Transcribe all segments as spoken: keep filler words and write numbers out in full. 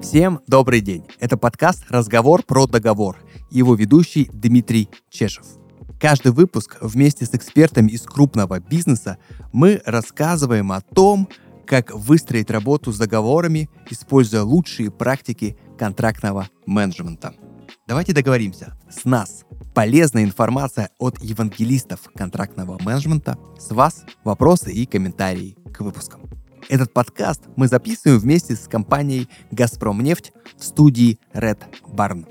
Всем добрый день. Это подкаст «Разговор про договор». Его ведущий Дмитрий Чешев. Каждый выпуск вместе с экспертами из крупного бизнеса мы рассказываем о том, как выстроить работу с договорами, используя лучшие практики контрактного менеджмента. Давайте договоримся. С нас полезная информация от евангелистов контрактного менеджмента. С вас вопросы и комментарии к выпускам. Этот подкаст мы записываем вместе с компанией «Газпромнефть» в студии Red Barn.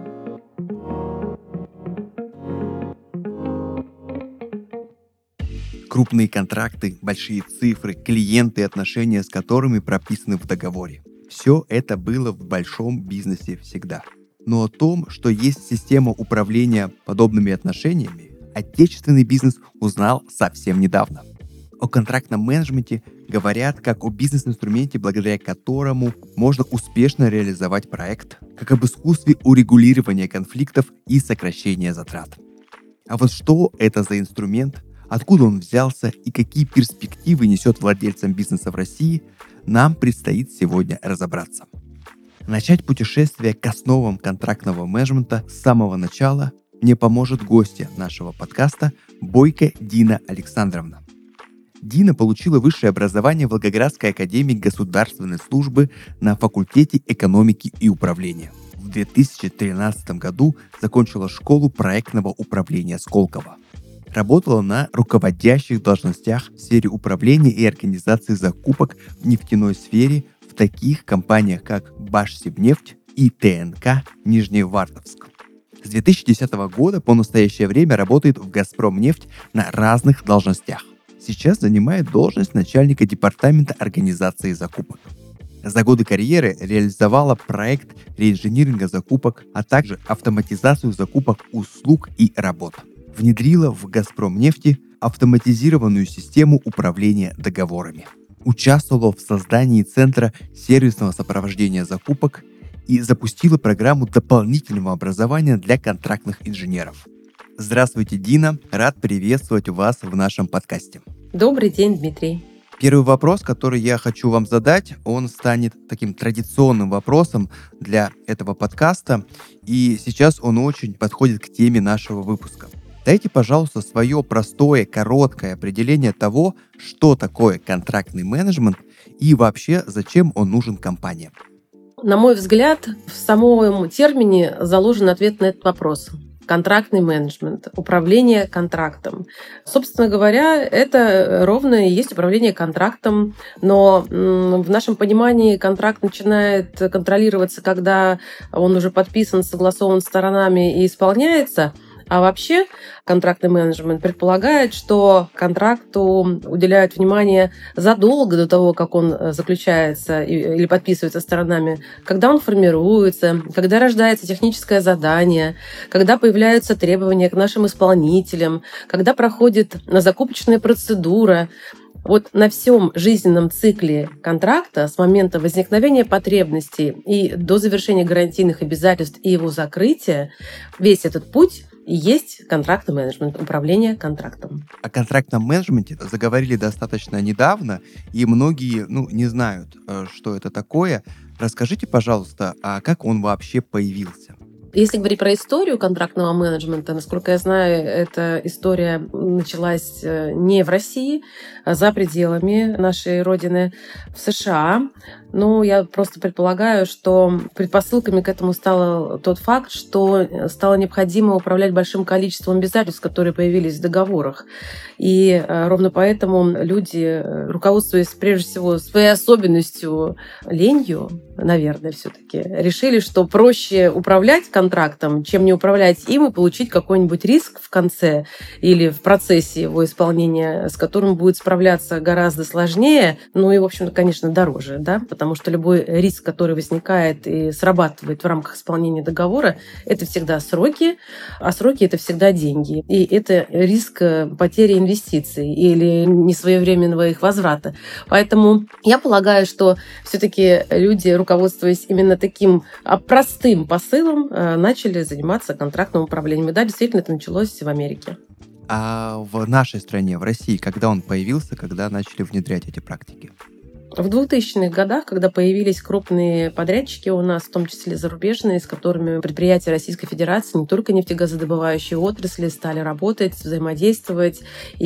Крупные контракты, большие цифры, клиенты и отношения с которыми прописаны в договоре. Все это было в большом бизнесе всегда. Но о том, что есть система управления подобными отношениями, отечественный бизнес узнал совсем недавно. О контрактном менеджменте говорят как о бизнес-инструменте, благодаря которому можно успешно реализовать проект, как об искусстве урегулирования конфликтов и сокращения затрат. А вот что это за инструмент, откуда он взялся и какие перспективы несет владельцам бизнеса в России, нам предстоит сегодня разобраться. Начать путешествие к основам контрактного менеджмента с самого начала мне поможет гостья нашего подкаста Бойко Дина Александровна. Дина получила высшее образование в Волгоградской академии государственной службы на факультете экономики и управления. В две тысячи тринадцатом году закончила школу проектного управления Сколково. Работала на руководящих должностях в сфере управления и организации закупок в нефтяной сфере в таких компаниях, как Башсибнефть и ТНК Нижневартовск. С две тысячи десятого года по настоящее время работает в Газпромнефть на разных должностях. Сейчас занимает должность начальника департамента организации закупок. За годы карьеры реализовала проект реинжиниринга закупок, а также автоматизацию закупок услуг и работ. Внедрила в Газпромнефти автоматизированную систему управления договорами. Участвовала в создании Центра сервисного сопровождения закупок и запустила программу дополнительного образования для контрактных инженеров. Здравствуйте, Дина. Рад приветствовать вас в нашем подкасте. Добрый день, Дмитрий. Первый вопрос, который я хочу вам задать, он станет таким традиционным вопросом для этого подкаста, и сейчас он очень подходит к теме нашего выпуска. Дайте, пожалуйста, свое простое, короткое определение того, что такое контрактный менеджмент и вообще зачем он нужен компаниям. На мой взгляд, в самом термине заложен ответ на этот вопрос. Контрактный менеджмент, управление контрактом. Собственно говоря, это ровно и есть управление контрактом, но в нашем понимании контракт начинает контролироваться, когда он уже подписан, согласован с сторонами и исполняется. А вообще контрактный менеджмент предполагает, что контракту уделяют внимание задолго до того, как он заключается или подписывается сторонами, когда он формируется, когда рождается техническое задание, когда появляются требования к нашим исполнителям, когда проходит закупочная процедура. Вот на всем жизненном цикле контракта с момента возникновения потребностей и до завершения гарантийных обязательств и его закрытия весь этот путь и есть контрактный менеджмент, управление контрактом. О контрактном менеджменте заговорили достаточно недавно, и многие ну, не знают, что это такое. Расскажите, пожалуйста, а как он вообще появился? Если говорить про историю контрактного менеджмента, насколько я знаю, эта история началась не в России, а за пределами нашей родины, в США. Ну, я просто предполагаю, что предпосылками к этому стал тот факт, что стало необходимо управлять большим количеством обязательств, которые появились в договорах. И ровно поэтому люди, руководствуясь прежде всего своей особенностью, ленью, наверное, все-таки, решили, что проще управлять контрактом, чем не управлять им и получить какой-нибудь риск в конце или в процессе его исполнения, с которым будет справляться гораздо сложнее, ну и, в общем-то, конечно, дороже, да, потому что любой риск, который возникает и срабатывает в рамках исполнения договора, это всегда сроки, а сроки — это всегда деньги. И это риск потери инвестиций или несвоевременного их возврата. Поэтому я полагаю, что все-таки люди, руководствуясь именно таким простым посылом, начали заниматься контрактным управлением. И да, действительно, это началось в Америке. А в нашей стране, в России, когда он появился, когда начали внедрять эти практики? В двухтысячных годах, когда появились крупные подрядчики у нас, в том числе зарубежные, с которыми предприятия Российской Федерации, не только нефтегазодобывающие отрасли, стали работать, взаимодействовать,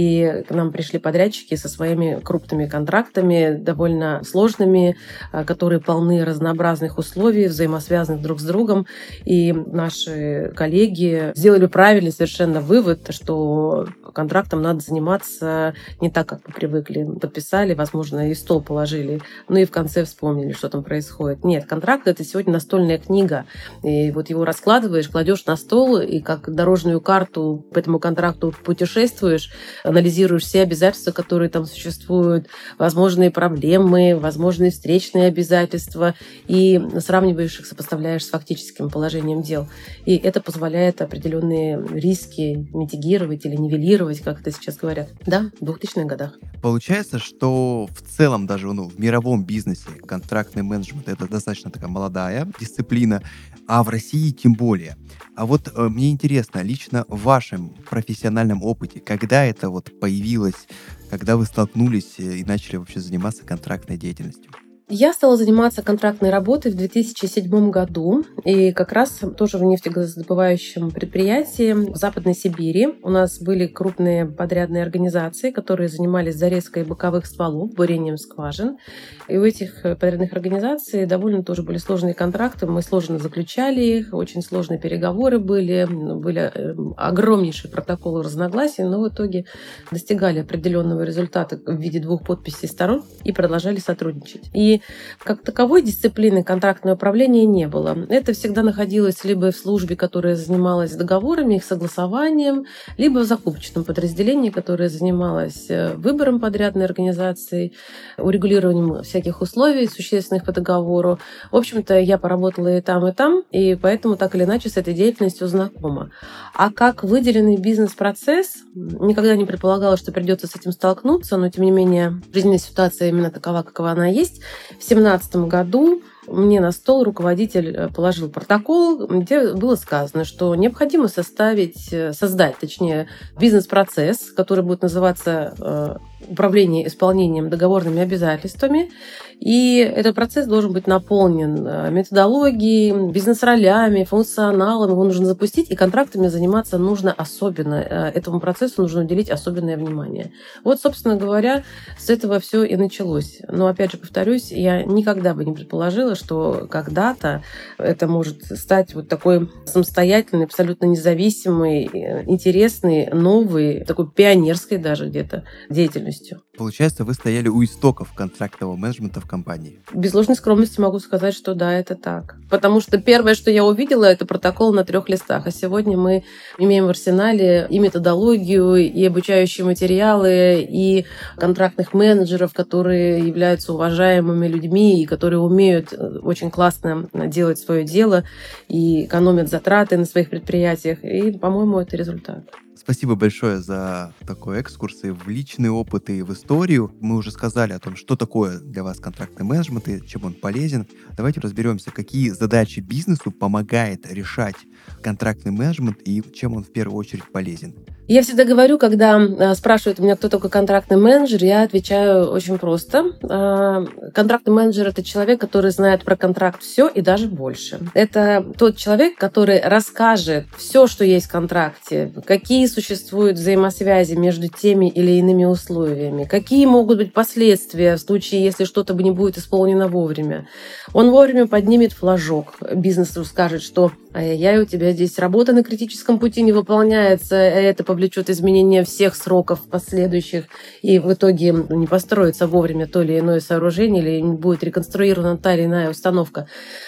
и к нам пришли подрядчики со своими крупными контрактами, довольно сложными, которые полны разнообразных условий, взаимосвязанных друг с другом. И наши коллеги сделали правильный совершенно вывод, что контрактом надо заниматься не так, как мы привыкли. Подписали, возможно, и стол положили, ну и в конце вспомнили, что там происходит. Нет, контракт — это сегодня настольная книга. И вот его раскладываешь, кладешь на стол, и как дорожную карту по этому контракту путешествуешь, анализируешь все обязательства, которые там существуют, возможные проблемы, возможные встречные обязательства, и сравниваешь их, сопоставляешь с фактическим положением дел. И это позволяет определенные риски митигировать или нивелировать, как это сейчас говорят. Да, в двухтысячных годах. Получается, что в целом даже ну, в мировом бизнесе контрактный менеджмент — это достаточно такая молодая дисциплина, а в России тем более. А вот э, мне интересно, лично в вашем профессиональном опыте, когда это вот появилось, когда вы столкнулись и начали вообще заниматься контрактной деятельностью? Я стала заниматься контрактной работой в две тысячи седьмом году, и как раз тоже в нефтегазодобывающем предприятии в Западной Сибири. У нас были крупные подрядные организации, которые занимались зарезкой боковых стволов, бурением скважин. И у этих подрядных организаций довольно тоже были сложные контракты, мы сложно заключали их, очень сложные переговоры были, были огромнейшие протоколы разногласий, но в итоге достигали определенного результата в виде двух подписей сторон и продолжали сотрудничать. И как таковой дисциплины контрактного управления не было. Это всегда находилось либо в службе, которая занималась договорами, их согласованием, либо в закупочном подразделении, которое занималось выбором подрядной организации, урегулированием всяких условий, существенных по договору. В общем-то, я поработала и там, и там, и поэтому так или иначе с этой деятельностью знакома. А как выделенный бизнес-процесс, никогда не предполагала, что придется с этим столкнуться, но тем не менее жизненная ситуация именно такова, какова она есть. В две тысячи семнадцатом году мне на стол руководитель положил протокол, где было сказано, что необходимо составить, создать, точнее, бизнес-процесс, который будет называться управление исполнением договорными обязательствами. И этот процесс должен быть наполнен методологией, бизнес-ролями, функционалом. Его нужно запустить, и контрактами заниматься нужно особенно. Этому процессу нужно уделить особенное внимание. Вот, собственно говоря, с этого все и началось. Но, опять же, повторюсь, я никогда бы не предположила, что когда-то это может стать вот такой самостоятельной, абсолютно независимой, интересной, новой, такой пионерской даже где-то деятельностью. Получается, вы стояли у истоков контрактного менеджмента в компании. Без ложной скромности могу сказать, что да, это так. Потому что первое, что я увидела, это протокол на трех листах. А сегодня мы имеем в арсенале и методологию, и обучающие материалы, и контрактных менеджеров, которые являются уважаемыми людьми и которые умеют очень классно делать свое дело и экономят затраты на своих предприятиях. И, по-моему, это результат. Спасибо большое за такой экскурс и в личный опыт, и в историю. Мы уже сказали о том, что такое для вас контрактный менеджмент и чем он полезен. Давайте разберемся, какие задачи бизнесу помогает решать контрактный менеджмент и чем он в первую очередь полезен. Я всегда говорю, когда спрашивают у меня, кто такой контрактный менеджер, я отвечаю очень просто. Контрактный менеджер — это человек, который знает про контракт все и даже больше. Это тот человек, который расскажет все, что есть в контракте, какие существуют взаимосвязи между теми или иными условиями, какие могут быть последствия в случае, если что-то не будет исполнено вовремя. Он вовремя поднимет флажок, бизнесу скажет, что ай-яй-яй, у тебя здесь работа на критическом пути не выполняется, это повлечет изменение всех сроков последующих, и в итоге не построится вовремя то или иное сооружение, или не будет реконструирована та или иная установка.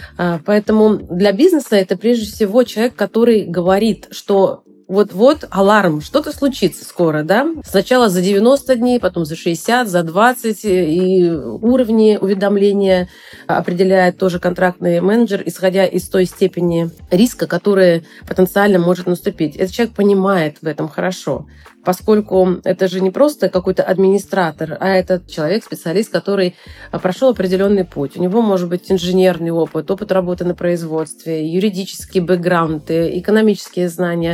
Поэтому для бизнеса это прежде всего человек, который говорит, что вот-вот аларм, что-то случится скоро, да? Сначала за девяносто дней, потом за шестьдесят, за двадцать, и уровни уведомления определяет тоже контрактный менеджер, исходя из той степени риска, который потенциально может наступить. Этот человек понимает в этом хорошо, поскольку это же не просто какой-то администратор, а это человек, специалист, который прошел определенный путь. У него может быть инженерный опыт, опыт работы на производстве, юридический бэкграунд, экономические знания. Это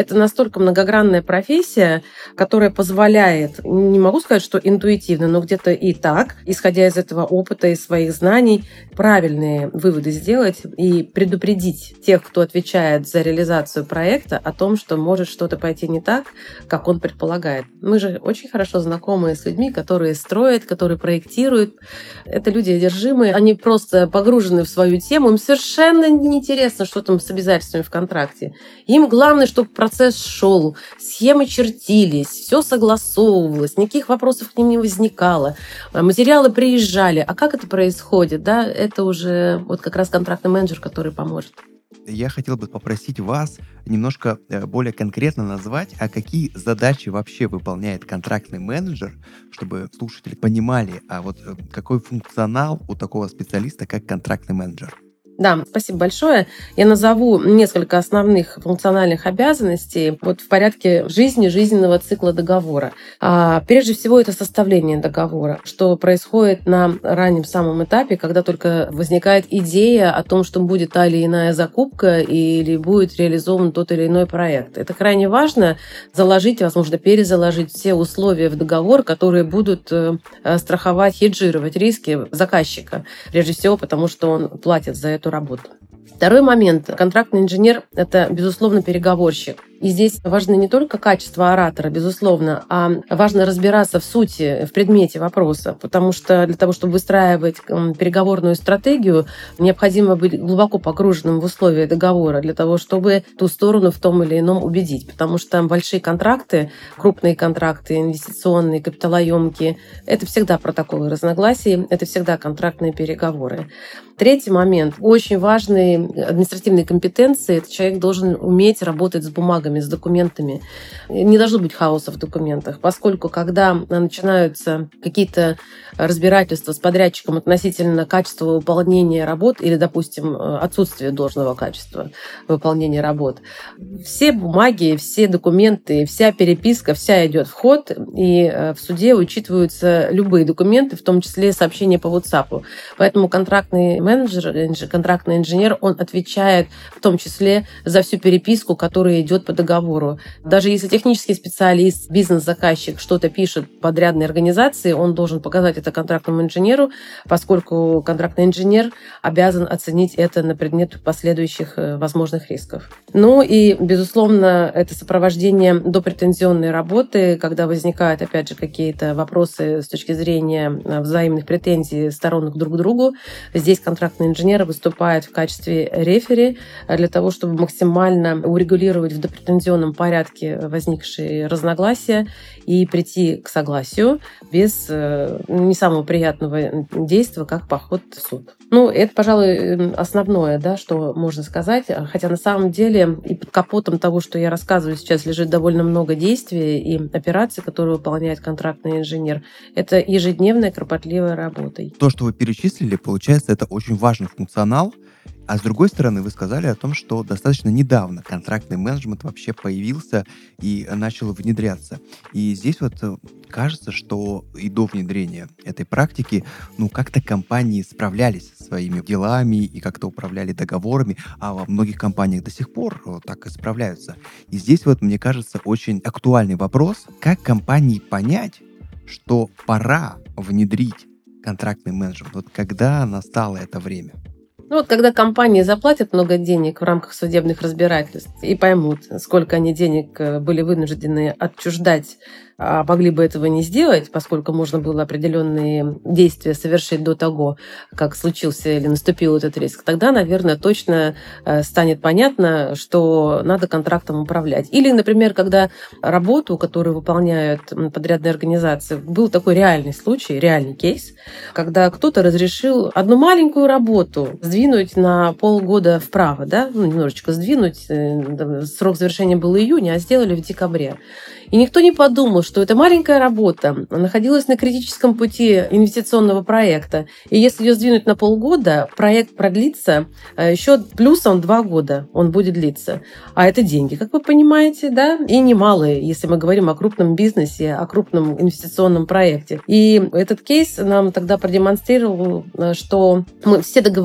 Это настолько многогранная профессия, которая позволяет, не могу сказать, что интуитивно, но где-то и так, исходя из этого опыта и своих знаний, правильные выводы сделать и предупредить тех, кто отвечает за реализацию проекта, о том, что может что-то пойти не так, как он предполагает. Мы же очень хорошо знакомы с людьми, которые строят, которые проектируют. Это люди одержимые, они просто погружены в свою тему, им совершенно неинтересно, что там с обязательствами в контракте. Им главное, чтобы процесс шел, схемы чертились, все согласовывалось, никаких вопросов к ним не возникало, материалы приезжали. А как это происходит? Да, это уже вот как раз контрактный менеджер, который поможет. Я хотел бы попросить вас немножко более конкретно назвать, а какие задачи вообще выполняет контрактный менеджер, чтобы слушатели понимали, а вот какой функционал у такого специалиста, как контрактный менеджер. Да, спасибо большое. Я назову несколько основных функциональных обязанностей вот в порядке жизни, жизненного цикла договора. А, прежде всего, это составление договора, что происходит на раннем самом этапе, когда только возникает идея о том, что будет та или иная закупка или будет реализован тот или иной проект. Это крайне важно заложить, возможно, перезаложить все условия в договор, которые будут страховать, хеджировать риски заказчика. Прежде всего, потому что он платит за эту работу. Второй момент. Контрактный инженер – это, безусловно, переговорщик. И здесь важно не только качество оратора, безусловно, а важно разбираться в сути, в предмете вопроса, потому что для того, чтобы выстраивать переговорную стратегию, необходимо быть глубоко погруженным в условия договора для того, чтобы ту сторону в том или ином убедить, потому что большие контракты, крупные контракты, инвестиционные, капиталоемкие – это всегда протоколы разногласий, это всегда контрактные переговоры. Третий момент. Очень важные административные компетенции. Этот человек должен уметь работать с бумагами, с документами. Не должно быть хаоса в документах, поскольку когда начинаются какие-то разбирательства с подрядчиком относительно качества выполнения работ или, допустим, отсутствия должного качества выполнения работ, все бумаги, все документы, вся переписка, вся идет в ход, и в суде учитываются любые документы, в том числе сообщения по WhatsApp. Поэтому контрактный менеджер, контрактный инженер, он отвечает в том числе за всю переписку, которая идет по договору. Даже если технический специалист, бизнес-заказчик что-то пишет подрядной организации, он должен показать это контрактному инженеру, поскольку контрактный инженер обязан оценить это на предмет последующих возможных рисков. Ну и, безусловно, это сопровождение допретензионной работы, когда возникают, опять же, какие-то вопросы с точки зрения взаимных претензий сторон друг к другу. Здесь контрактный инженер выступает в качестве рефери для того, чтобы максимально урегулировать в допретензионном порядке возникшие разногласия и прийти к согласию без не самого приятного действия, как поход в суд. Ну, это, пожалуй, основное, да, что можно сказать. Хотя на самом деле и под капотом того, что я рассказываю сейчас, лежит довольно много действий и операций, которые выполняет контрактный инженер. Это ежедневная кропотливая работа. То, что вы перечислили, получается, это очень важный функционал. А с другой стороны, вы сказали о том, что достаточно недавно контрактный менеджмент вообще появился и начал внедряться. И здесь вот кажется, что и до внедрения этой практики, ну, как-то компании справлялись со своими делами и как-то управляли договорами, а во многих компаниях до сих пор так и справляются. И здесь вот, мне кажется, очень актуальный вопрос, как компании понять, что пора внедрить контрактный менеджмент, вот когда настало это время? Ну вот когда компании заплатят много денег в рамках судебных разбирательств и поймут, сколько они денег были вынуждены отчуждать, а могли бы этого не сделать, поскольку можно было определенные действия совершить до того, как случился или наступил этот риск, тогда, наверное, точно станет понятно, что надо контрактом управлять. Или, например, когда работу, которую выполняют подрядные организации, был такой реальный случай, реальный кейс, когда кто-то разрешил одну маленькую работу сдвинуть на полгода вправо, да, ну, немножечко сдвинуть, срок завершения был июня, а сделали в декабре. И никто не подумал, что эта маленькая работа находилась на критическом пути инвестиционного проекта. И если ее сдвинуть на полгода, проект продлится еще плюсом два года. Он будет длиться. А это деньги, как вы понимаете, да? И немалые, если мы говорим о крупном бизнесе, о крупном инвестиционном проекте. И этот кейс нам тогда продемонстрировал, что мы все договорились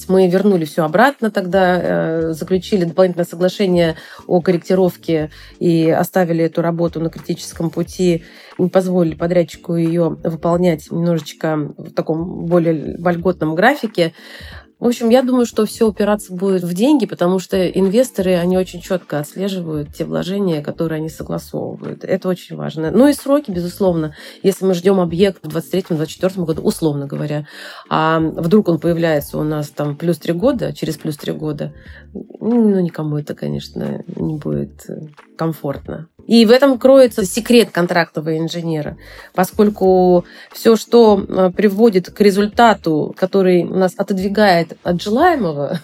есть мы вернули все обратно тогда, заключили дополнительное соглашение о корректировке и оставили эту работу на критическом пути, не позволили подрядчику ее выполнять немножечко в таком более вольготном графике. В общем, я думаю, что все упираться будет в деньги, потому что инвесторы, они очень четко отслеживают те вложения, которые они согласовывают. Это очень важно. Ну и сроки, безусловно. Если мы ждем объект в двадцать третьем - двадцать четвёртом году, условно говоря, а вдруг он появляется у нас там плюс три года, через плюс три года, ну, никому это, конечно, не будет комфортно. И в этом кроется секрет контрактного инженера, поскольку все, что приводит к результату, который нас отодвигает от желаемого,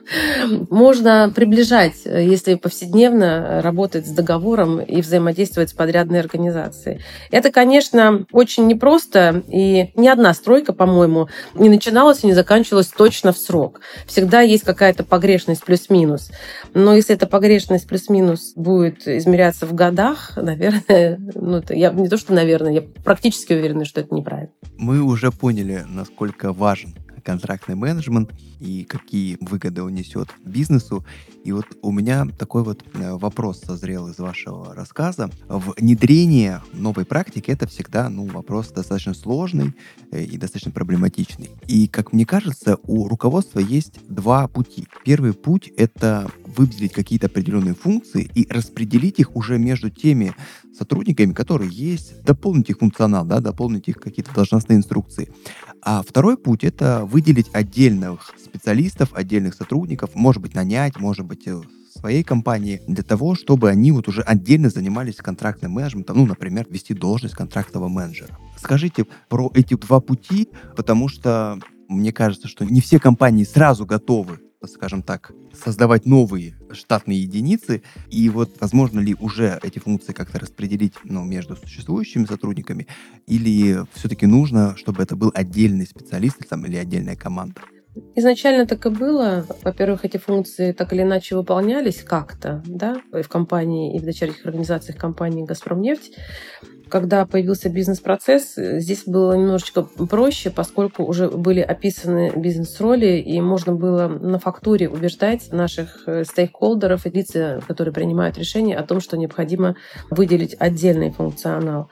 можно приближать, если повседневно работать с договором и взаимодействовать с подрядной организацией. Это, конечно, очень непросто, и ни одна стройка, по-моему, не начиналась и не заканчивалась точно в срок. Всегда есть какая-то погрешность плюс-минус. Но если эта погрешность плюс-минус будет измеряться в годах, наверное, ну, это я не то, что, наверное, я практически уверена, что это неправильно. Мы уже поняли, насколько важен контрактный менеджмент и какие выгоды он несет бизнесу. И вот у меня такой вот вопрос созрел из вашего рассказа. Внедрение новой практики — это всегда, ну, вопрос достаточно сложный и достаточно проблематичный. И, как мне кажется, у руководства есть два пути. Первый путь — это выделить какие-то определенные функции и распределить их уже между теми сотрудниками, которые есть, дополнить их функционал, да, дополнить их какие-то должностные инструкции. А второй путь — это выделить отдельных специалистов, отдельных сотрудников, может быть, нанять, может быть, в своей компании, для того, чтобы они вот уже отдельно занимались контрактным менеджментом, ну, например, вести должность контрактного менеджера. Скажите про эти два пути, потому что мне кажется, что не все компании сразу готовы, скажем так, создавать новые штатные единицы, и вот возможно ли уже эти функции как-то распределить, ну, между существующими сотрудниками, или все-таки нужно, чтобы это был отдельный специалист там, или отдельная команда? Изначально так и было. Во-первых, эти функции так или иначе выполнялись как-то, да, и в компании, и в дочерних организациях компании «Газпромнефть». Когда появился бизнес-процесс, здесь было немножечко проще, поскольку уже были описаны бизнес-роли, и можно было на фактуре убеждать наших стейкхолдеров и лиц, которые принимают решения, о том, что необходимо выделить отдельный функционал.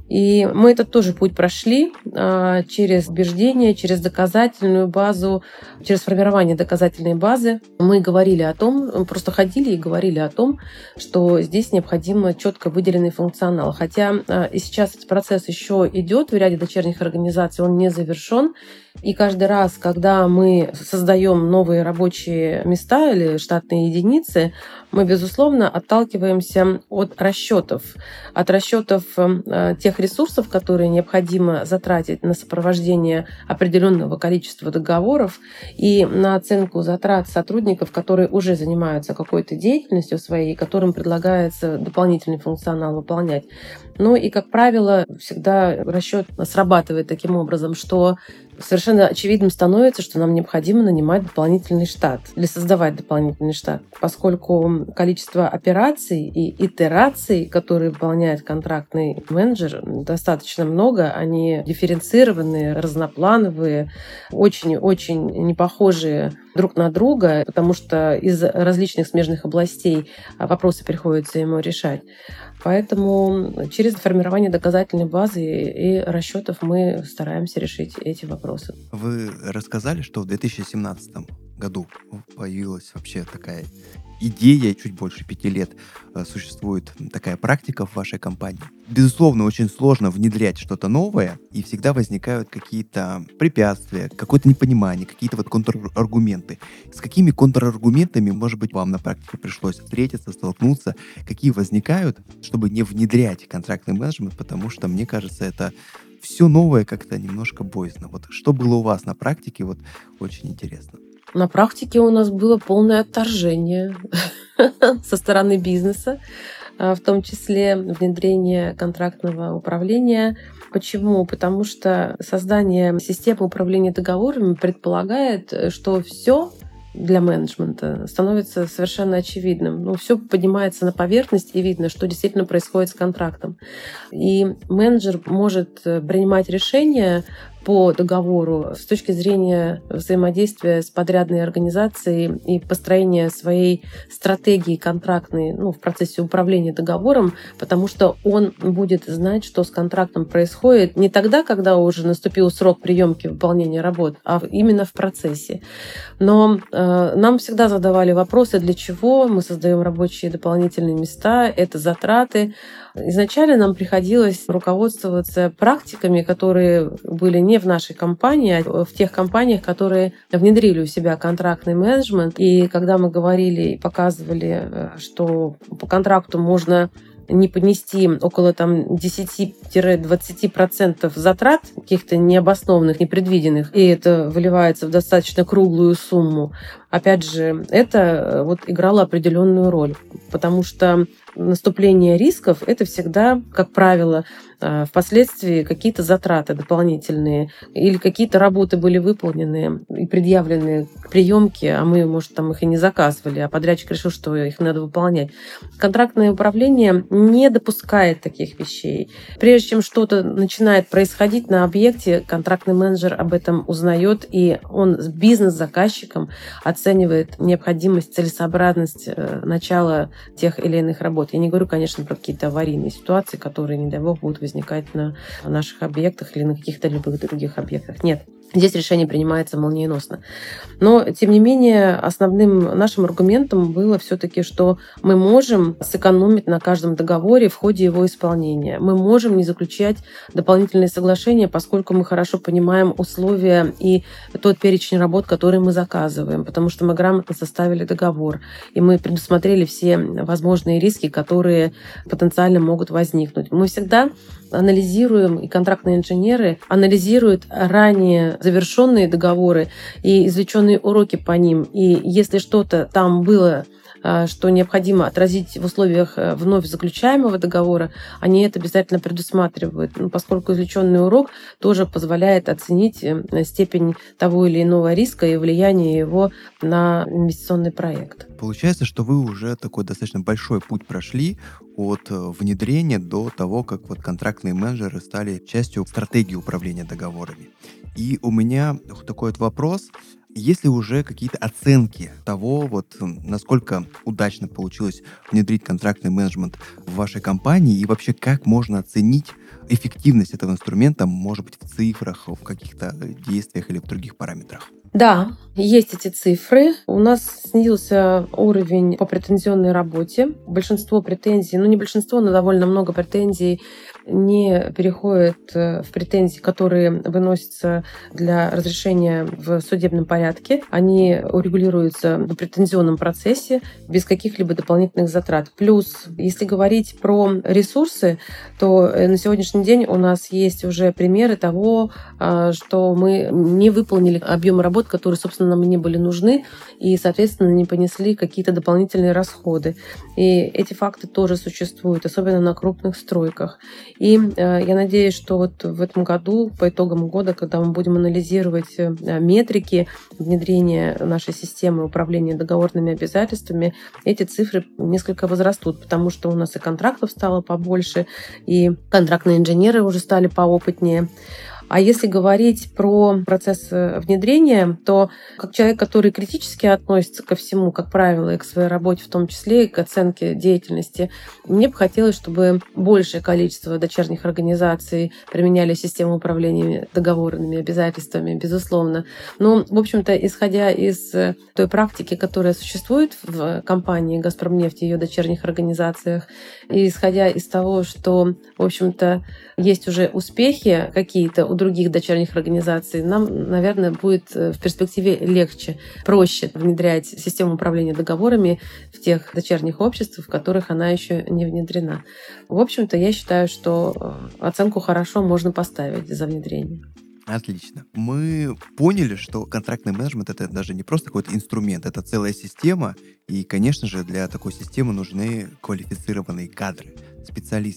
И мы этот тоже путь прошли а, через убеждение, через доказательную базу, через формирование доказательной базы. Мы говорили о том, просто ходили и говорили о том, что здесь необходимо четко выделенный функционал. Хотя а, и сейчас этот процесс еще идет в ряде дочерних организаций, он не завершен. И каждый раз, когда мы создаем новые рабочие места или штатные единицы, мы, безусловно, отталкиваемся от расчетов, от расчетов тех ресурсов, которые необходимо затратить на сопровождение определенного количества договоров и на оценку затрат сотрудников, которые уже занимаются какой-то деятельностью своей, которым предлагается дополнительный функционал выполнять. Ну и, как правило, всегда расчет срабатывает таким образом, что совершенно очевидным становится, что нам необходимо нанимать дополнительный штат или создавать дополнительный штат, поскольку количество операций и итераций, которые выполняет контрактный менеджер, достаточно много. Они дифференцированные, разноплановые, очень-очень не похожие друг на друга, потому что из различных смежных областей вопросы приходится ему решать. Поэтому через формирование доказательной базы и расчетов мы стараемся решить эти вопросы. Вы рассказали, что в две тысячи семнадцатом году появилась вообще такая идея, чуть больше пяти лет существует такая практика в вашей компании. Безусловно, очень сложно внедрять что-то новое, и всегда возникают какие-то препятствия, какое-то непонимание, какие-то вот контраргументы. С какими контраргументами, может быть, вам на практике пришлось встретиться, столкнуться, какие возникают, чтобы не внедрять контрактный менеджмент, потому что, мне кажется, это все новое как-то немножко боязно. Вот что было у вас на практике, вот очень интересно. На практике у нас было полное отторжение со стороны бизнеса, в том числе внедрение контрактного управления. Почему? Потому что создание системы управления договорами предполагает, что все для менеджмента становится совершенно очевидным. Ну, все поднимается на поверхность, и видно, что действительно происходит с контрактом. И менеджер может принимать решения по договору с точки зрения взаимодействия с подрядной организацией и построения своей стратегии контрактной, ну, в процессе управления договором, потому что он будет знать, что с контрактом происходит не тогда, когда уже наступил срок приемки выполнения работ, а именно в процессе. Но э, нам всегда задавали вопросы, для чего мы создаем рабочие дополнительные места, это затраты. Изначально нам приходилось руководствоваться практиками, которые были не в нашей компании, а в тех компаниях, которые внедрили у себя контрактный менеджмент. И когда мы говорили и показывали, что по контракту можно не понести около там, десять-двадцать процентов затрат, каких-то необоснованных, непредвиденных, и это выливается в достаточно круглую сумму, опять же, это вот играло определенную роль, потому что наступление рисков – это всегда, как правило, впоследствии какие-то затраты дополнительные или какие-то работы были выполнены и предъявлены к приемке, а мы, может, там их и не заказывали, а подрядчик решил, что их надо выполнять. Контрактное управление не допускает таких вещей. Прежде чем что-то начинает происходить на объекте, контрактный менеджер об этом узнает, и он с бизнес-заказчиком оценивает необходимость, целесообразность начала тех или иных работ. Я не говорю, конечно, про какие-то аварийные ситуации, которые, не дай бог, будут возникать на наших объектах или на каких-то любых других объектах. Нет. Здесь решение принимается молниеносно. Но, тем не менее, основным нашим аргументом было все-таки, что мы можем сэкономить на каждом договоре в ходе его исполнения. Мы можем не заключать дополнительные соглашения, поскольку мы хорошо понимаем условия и тот перечень работ, которые мы заказываем, потому что мы грамотно составили договор, и мы предусмотрели все возможные риски, которые потенциально могут возникнуть. Мы всегда анализируем, и контрактные инженеры анализируют ранее завершенные договоры и извлеченные уроки по ним. И если что-то там было, что необходимо отразить в условиях вновь заключаемого договора, они это обязательно предусматривают, поскольку извлеченный урок тоже позволяет оценить степень того или иного риска и влияние его на инвестиционный проект. Получается, что вы уже такой достаточно большой путь прошли от внедрения до того, как вот контрактные менеджеры стали частью стратегии управления договорами. И у меня такой вот вопрос. Есть ли уже какие-то оценки того, вот, насколько удачно получилось внедрить контрактный менеджмент в вашей компании, и вообще как можно оценить эффективность этого инструмента, может быть, в цифрах, в каких-то действиях или в других параметрах? Да, есть эти цифры. У нас снизился уровень по претензионной работе. Большинство претензий, ну не большинство, но довольно много претензий не переходит в претензии, которые выносятся для разрешения в судебном порядке. Они урегулируются в претензионном процессе без каких-либо дополнительных затрат. Плюс, если говорить про ресурсы, то на сегодняшний день у нас есть уже примеры того, что мы не выполнили объем работ, которые, собственно, нам не были нужны, и, соответственно, не понесли какие-то дополнительные расходы. И эти факты тоже существуют, особенно на крупных стройках. И э, я надеюсь, что вот в этом году, по итогам года, когда мы будем анализировать э, метрики внедрения нашей системы управления договорными обязательствами, эти цифры несколько возрастут, потому что у нас и контрактов стало побольше, и контрактные инженеры уже стали поопытнее. А если говорить про процесс внедрения, то как человек, который критически относится ко всему, как правило, и к своей работе в том числе, и к оценке деятельности, мне бы хотелось, чтобы большее количество дочерних организаций применяли систему управления договорными обязательствами, безусловно. Но, в общем-то, исходя из той практики, которая существует в компании «Газпромнефть» и ее дочерних организациях, и исходя из того, что, в общем-то, есть уже успехи какие-то у других дочерних организаций, нам, наверное, будет в перспективе легче, проще внедрять систему управления договорами в тех дочерних обществах, в которых она еще не внедрена. В общем-то, я считаю, что оценку хорошо можно поставить за внедрение. Отлично. Мы поняли, что контрактный менеджмент — это даже не просто какой-то инструмент, это целая система, и, конечно же, для такой системы нужны квалифицированные кадры, специалисты.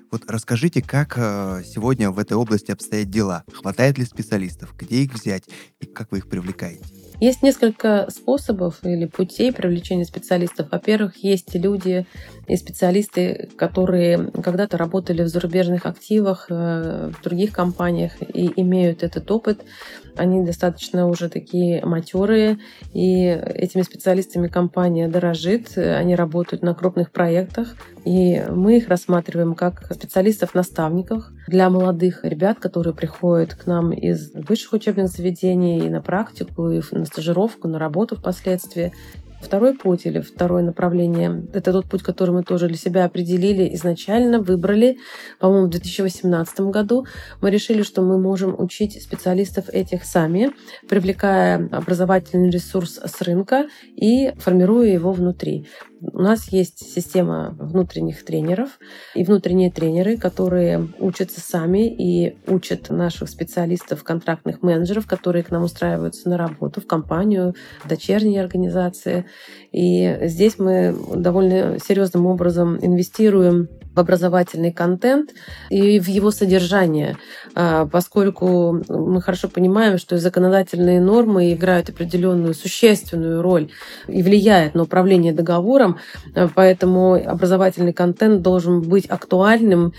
Вот расскажите, как э, сегодня в этой области обстоят дела? Хватает ли специалистов? Где их взять? И как вы их привлекаете? Есть несколько способов или путей привлечения специалистов. Во-первых, есть люди и специалисты, которые когда-то работали в зарубежных активах, в других компаниях и имеют этот опыт. Они достаточно уже такие матерые, и этими специалистами компания дорожит. Они работают на крупных проектах, и мы их рассматриваем как специалистов-наставников для молодых ребят, которые приходят к нам из высших учебных заведений и на практику, и на стажировку, на работу впоследствии. Второй путь или второе направление — это тот путь, который мы тоже для себя определили изначально, выбрали, по-моему, в две тысячи восемнадцатом году. Мы решили, что мы можем учить специалистов этих сами, привлекая образовательный ресурс с рынка и формируя его внутри. У нас есть система внутренних тренеров и внутренние тренеры, которые учатся сами и учат наших специалистов, контрактных менеджеров, которые к нам устраиваются на работу в компанию, в дочерние организации. И здесь мы довольно серьезным образом инвестируем в образовательный контент и в его содержание, поскольку мы хорошо понимаем, что законодательные нормы играют определенную существенную роль и влияют на управление договором, поэтому образовательный контент должен быть актуальным,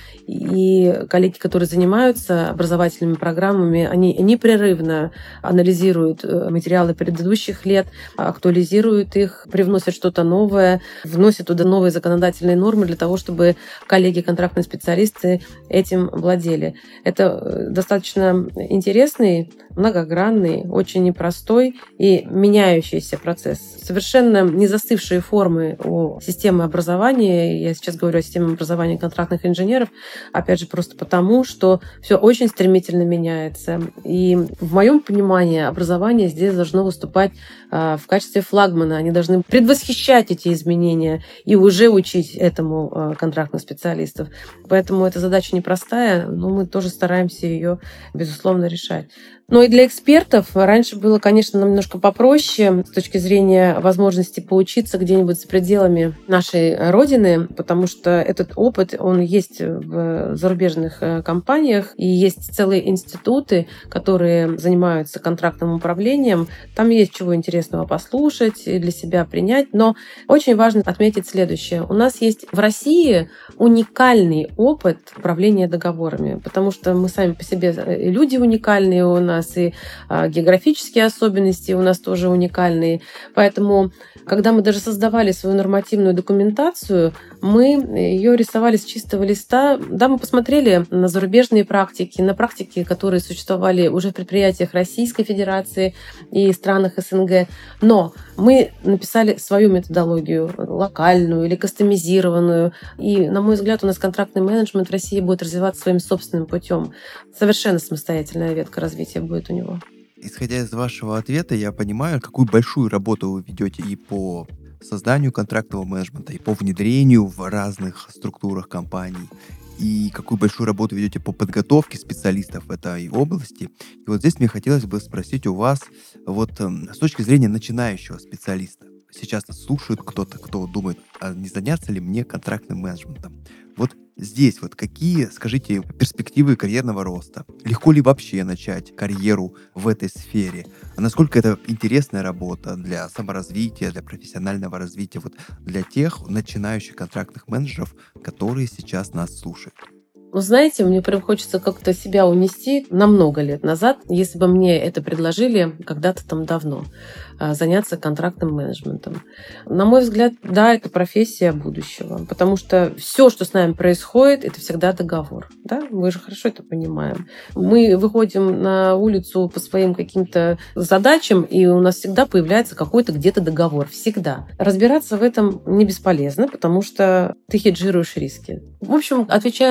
и коллеги, которые занимаются образовательными программами, они непрерывно анализируют материалы предыдущих лет, актуализируют их, привносят что-то новое, вносят туда новые законодательные нормы для того, чтобы коллеги, контрактные специалисты этим владели. Это достаточно интересный, многогранный, очень непростой и меняющийся процесс. Совершенно не застывшие формы у системы образования. Я сейчас говорю о системе образования контрактных инженеров, опять же, просто потому, что все очень стремительно меняется. И в моем понимании образование здесь должно выступать в качестве флагмана. Они должны предвосхищать эти изменения и уже учить этому контрактных специалистов. Поэтому эта задача непростая, но мы тоже стараемся ее, безусловно, решать. Но и для экспертов раньше было, конечно, немножко попроще с точки зрения возможности поучиться где-нибудь за пределами нашей родины, потому что этот опыт, он есть в зарубежных компаниях, и есть целые институты, которые занимаются контрактным управлением. Там есть чего интересного послушать и для себя принять. Но очень важно отметить следующее. У нас есть в России уникальный опыт управления договорами, потому что мы сами по себе люди уникальные у нас, и географические особенности у нас тоже уникальные. Поэтому, когда мы даже создавали свою нормативную документацию, мы ее рисовали с чистого листа. Да, мы посмотрели на зарубежные практики, на практики, которые существовали уже в предприятиях Российской Федерации и странах СНГ. Но мы написали свою методологию, локальную или кастомизированную. И, на мой взгляд, у нас контрактный менеджмент в России будет развиваться своим собственным путем. Совершенно самостоятельная ветка развития будет у него. Исходя из вашего ответа, я понимаю, какую большую работу вы ведете и по созданию контрактного менеджмента, и по внедрению в разных структурах компаний, и какую большую работу ведете по подготовке специалистов в этой области. И вот здесь мне хотелось бы спросить у вас, вот с точки зрения начинающего специалиста, сейчас нас слушает кто-то, кто думает, а не заняться ли мне контрактным менеджментом? Вот здесь вот какие, скажите, перспективы карьерного роста? Легко ли вообще начать карьеру в этой сфере? А насколько это интересная работа для саморазвития, для профессионального развития, вот для тех начинающих контрактных менеджеров, которые сейчас нас слушают? Вы знаете, мне прям хочется как-то себя унести на много лет назад, если бы мне это предложили когда-то там давно, заняться контрактным менеджментом. На мой взгляд, да, это профессия будущего, потому что все, что с нами происходит, это всегда договор. Да? Мы же хорошо это понимаем. Мы выходим на улицу по своим каким-то задачам, и у нас всегда появляется какой-то где-то договор. Всегда. Разбираться в этом не бесполезно, потому что ты хеджируешь риски. В общем, отвечая на ваш вопрос,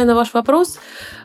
вопрос.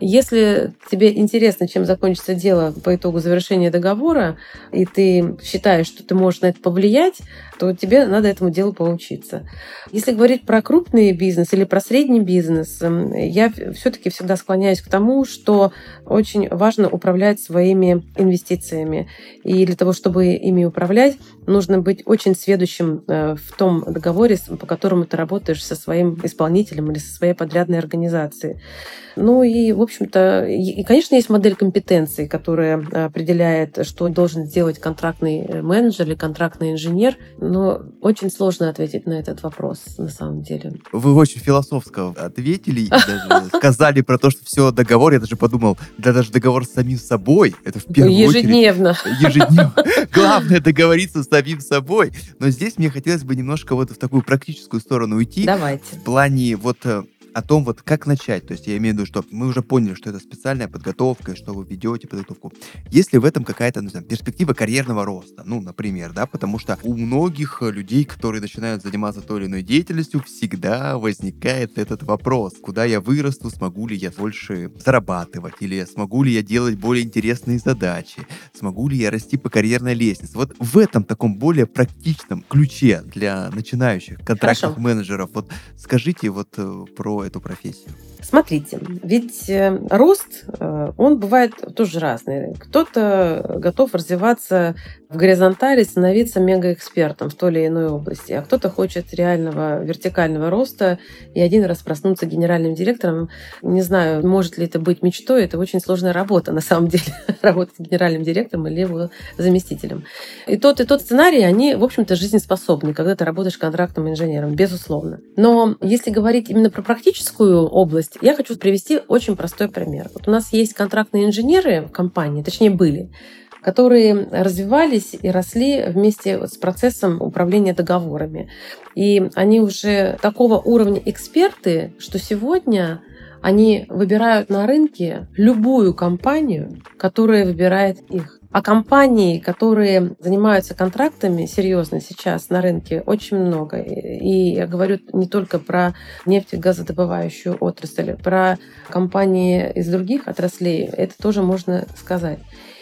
Если тебе интересно, чем закончится дело по итогу завершения договора, и ты считаешь, что ты можешь на это повлиять, то тебе надо этому делу поучиться. Если говорить про крупный бизнес или про средний бизнес, я все-таки всегда склоняюсь к тому, что очень важно управлять своими инвестициями. И для того, чтобы ими управлять, нужно быть очень сведущим в том договоре, по которому ты работаешь со своим исполнителем или со своей подрядной организацией. Ну и, в общем-то, и, конечно, есть модель компетенций, которая определяет, что должен сделать контрактный менеджер или контрактный инженер, но очень сложно ответить на этот вопрос на самом деле. Вы очень философско ответили и даже сказали про то, что все договор, я даже подумал, да даже договор с самим собой, это в первую Ежедневно. очередь. Ежедневно. Главное договориться с самим собой. Но здесь мне хотелось бы немножко вот в такую практическую сторону уйти. Давайте. В плане вот о том, вот как начать. То есть я имею в виду, что мы уже поняли, что это специальная подготовка, и что вы ведете подготовку. Есть ли в этом какая-то, ну, знаю, перспектива карьерного роста? Ну, например, да, потому что у многих людей, которые начинают заниматься той или иной деятельностью, всегда возникает этот вопрос. Куда я вырасту, смогу ли я больше зарабатывать, или смогу ли я делать более интересные задачи, смогу ли я расти по карьерной лестнице. Вот в этом таком более практичном ключе для начинающих контрактных Хорошо. менеджеров, вот скажите вот про эту профессию. Смотрите, ведь рост, он бывает тоже разный. Кто-то готов развиваться в горизонтали, становиться мегаэкспертом в той или иной области, а кто-то хочет реального вертикального роста и один раз проснуться генеральным директором. Не знаю, может ли это быть мечтой, это очень сложная работа, на самом деле, работать генеральным директором или его заместителем. И тот, и тот сценарий, они, в общем-то, жизнеспособны, когда ты работаешь контрактным инженером, безусловно. Но если говорить именно про практическую область, я хочу привести очень простой пример. Вот у нас есть контрактные инженеры в компании, точнее были, которые развивались и росли вместе с процессом управления договорами. И они уже такого уровня эксперты, что сегодня они выбирают на рынке любую компанию, которая выбирает их. А компаний, которые занимаются контрактами серьезно сейчас на рынке, очень много. И я говорю не только про нефтегазодобывающую отрасль, про компании из других отраслей, это тоже можно сказать.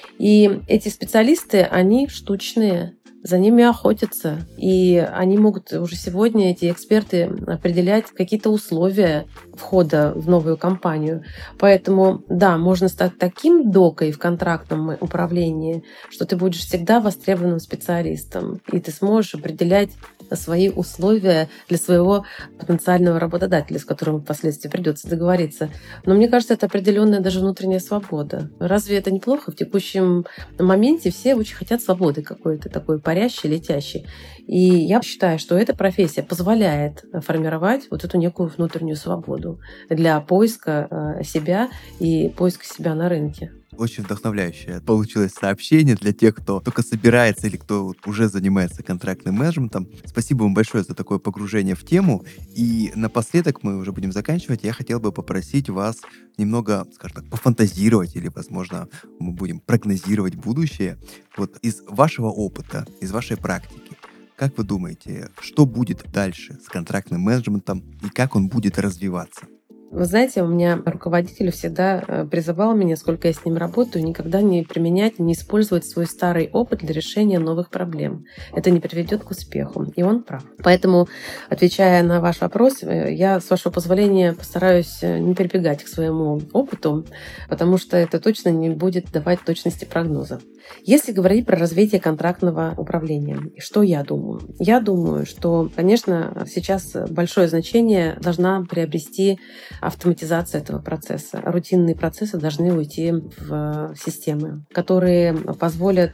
И эти специалисты, они штучные, за ними охотятся. И они могут уже сегодня, эти эксперты, определять какие-то условия входа в новую компанию. Поэтому, да, можно стать таким докой в контрактном управлении, что ты будешь всегда востребованным специалистом, и ты сможешь определять свои условия для своего потенциального работодателя, с которым впоследствии придется договориться. Но мне кажется, это определенная даже внутренняя свобода. Разве это неплохо? В текущем моменте все очень хотят свободы какой-то такой парящей, летящей. И я считаю, что эта профессия позволяет формировать вот эту некую внутреннюю свободу для поиска себя и поиска себя на рынке. Очень вдохновляющее получилось сообщение для тех, кто только собирается или кто уже занимается контрактным менеджментом. Спасибо вам большое за такое погружение в тему. И напоследок, мы уже будем заканчивать, я хотел бы попросить вас немного, скажем так, пофантазировать или, возможно, мы будем прогнозировать будущее. Вот из вашего опыта, из вашей практики, как вы думаете, что будет дальше с контрактным менеджментом и как он будет развиваться? Вы знаете, у меня руководитель всегда призывал меня, сколько я с ним работаю, никогда не применять, не использовать свой старый опыт для решения новых проблем. Это не приведет к успеху. И он прав. Поэтому, отвечая на ваш вопрос, я, с вашего позволения, постараюсь не прибегать к своему опыту, потому что это точно не будет давать точности прогноза. Если говорить про развитие контрактного управления, что я думаю? Я думаю, что, конечно, сейчас большое значение должна приобрести автоматизация этого процесса. Рутинные процессы должны уйти в системы, которые позволят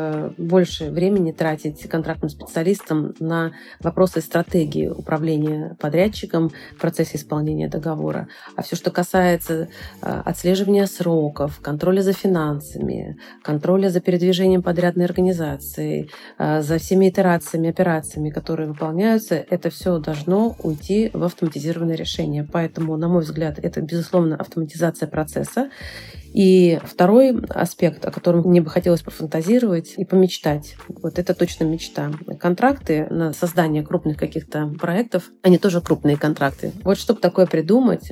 больше времени тратить контрактным специалистам на вопросы стратегии управления подрядчиком в процессе исполнения договора. А все, что касается отслеживания сроков, контроля за финансами, контроля за передвижением подрядной организации, за всеми итерациями, операциями, которые выполняются, это все должно уйти в автоматизированное решение. Поэтому, на мой взгляд, это, безусловно, автоматизация процесса. И второй аспект, о котором мне бы хотелось пофантазировать и помечтать, вот это точно мечта. Контракты на создание крупных каких-то проектов, они тоже крупные контракты. Вот чтобы такое придумать,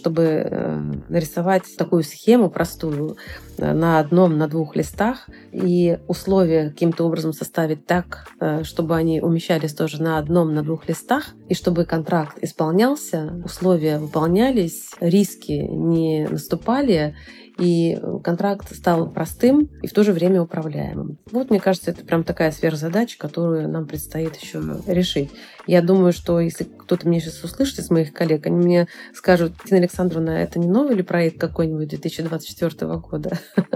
чтобы нарисовать такую схему простую на одном, на двух листах и условия каким-то образом составить так, чтобы они умещались тоже на одном, на двух листах, и чтобы контракт исполнялся, условия выполнялись, риски не наступали, и контракт стал простым и в то же время управляемым. Вот, мне кажется, это прям такая сверхзадача, которую нам предстоит еще решить. Я думаю, что если кто-то меня сейчас услышит из моих коллег, они мне скажут: Тина Александровна, это не новый ли проект какой-нибудь две тысячи двадцать четвёртого года?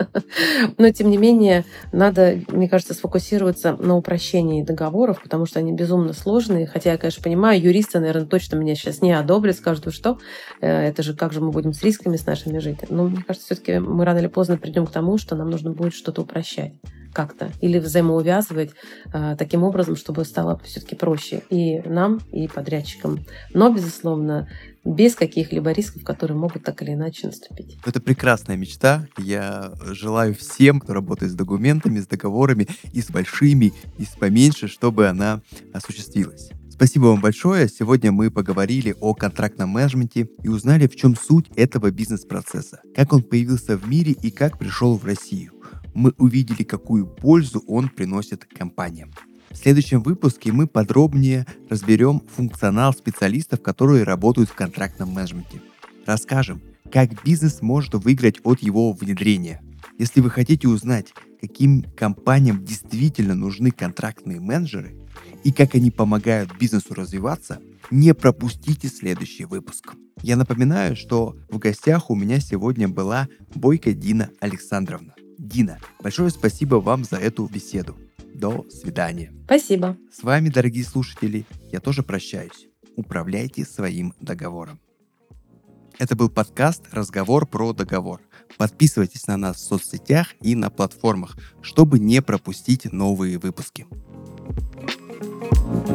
Но, тем не менее, надо, мне кажется, сфокусироваться на упрощении договоров, потому что они безумно сложные. Хотя я, конечно, понимаю, юристы, наверное, точно меня сейчас не одобрят, скажут: вы что, это же как же мы будем с рисками с нашими жить? Но мне кажется, все-таки мы рано или поздно придем к тому, что нам нужно будет что-то упрощать как-то или взаимоувязывать э, таким образом, чтобы стало все-таки проще и нам, и подрядчикам. Но, безусловно, без каких-либо рисков, которые могут так или иначе наступить. Это прекрасная мечта. Я желаю всем, кто работает с документами, с договорами, и с большими, и с поменьше, чтобы она осуществилась. Спасибо вам большое. Сегодня мы поговорили о контрактном менеджменте и узнали, в чем суть этого бизнес-процесса, как он появился в мире и как пришел в Россию. Мы увидели, какую пользу он приносит компаниям. В следующем выпуске мы подробнее разберем функционал специалистов, которые работают в контрактном менеджменте. Расскажем, как бизнес может выиграть от его внедрения. Если вы хотите узнать, каким компаниям действительно нужны контрактные менеджеры и как они помогают бизнесу развиваться, не пропустите следующий выпуск. Я напоминаю, что в гостях у меня сегодня была Бойко Дина Александровна. Дина, большое спасибо вам за эту беседу. До свидания. Спасибо. С вами, дорогие слушатели, я тоже прощаюсь. Управляйте своим договором. Это был подкаст «Разговор про договор». Подписывайтесь на нас в соцсетях и на платформах, чтобы не пропустить новые выпуски. Thank you.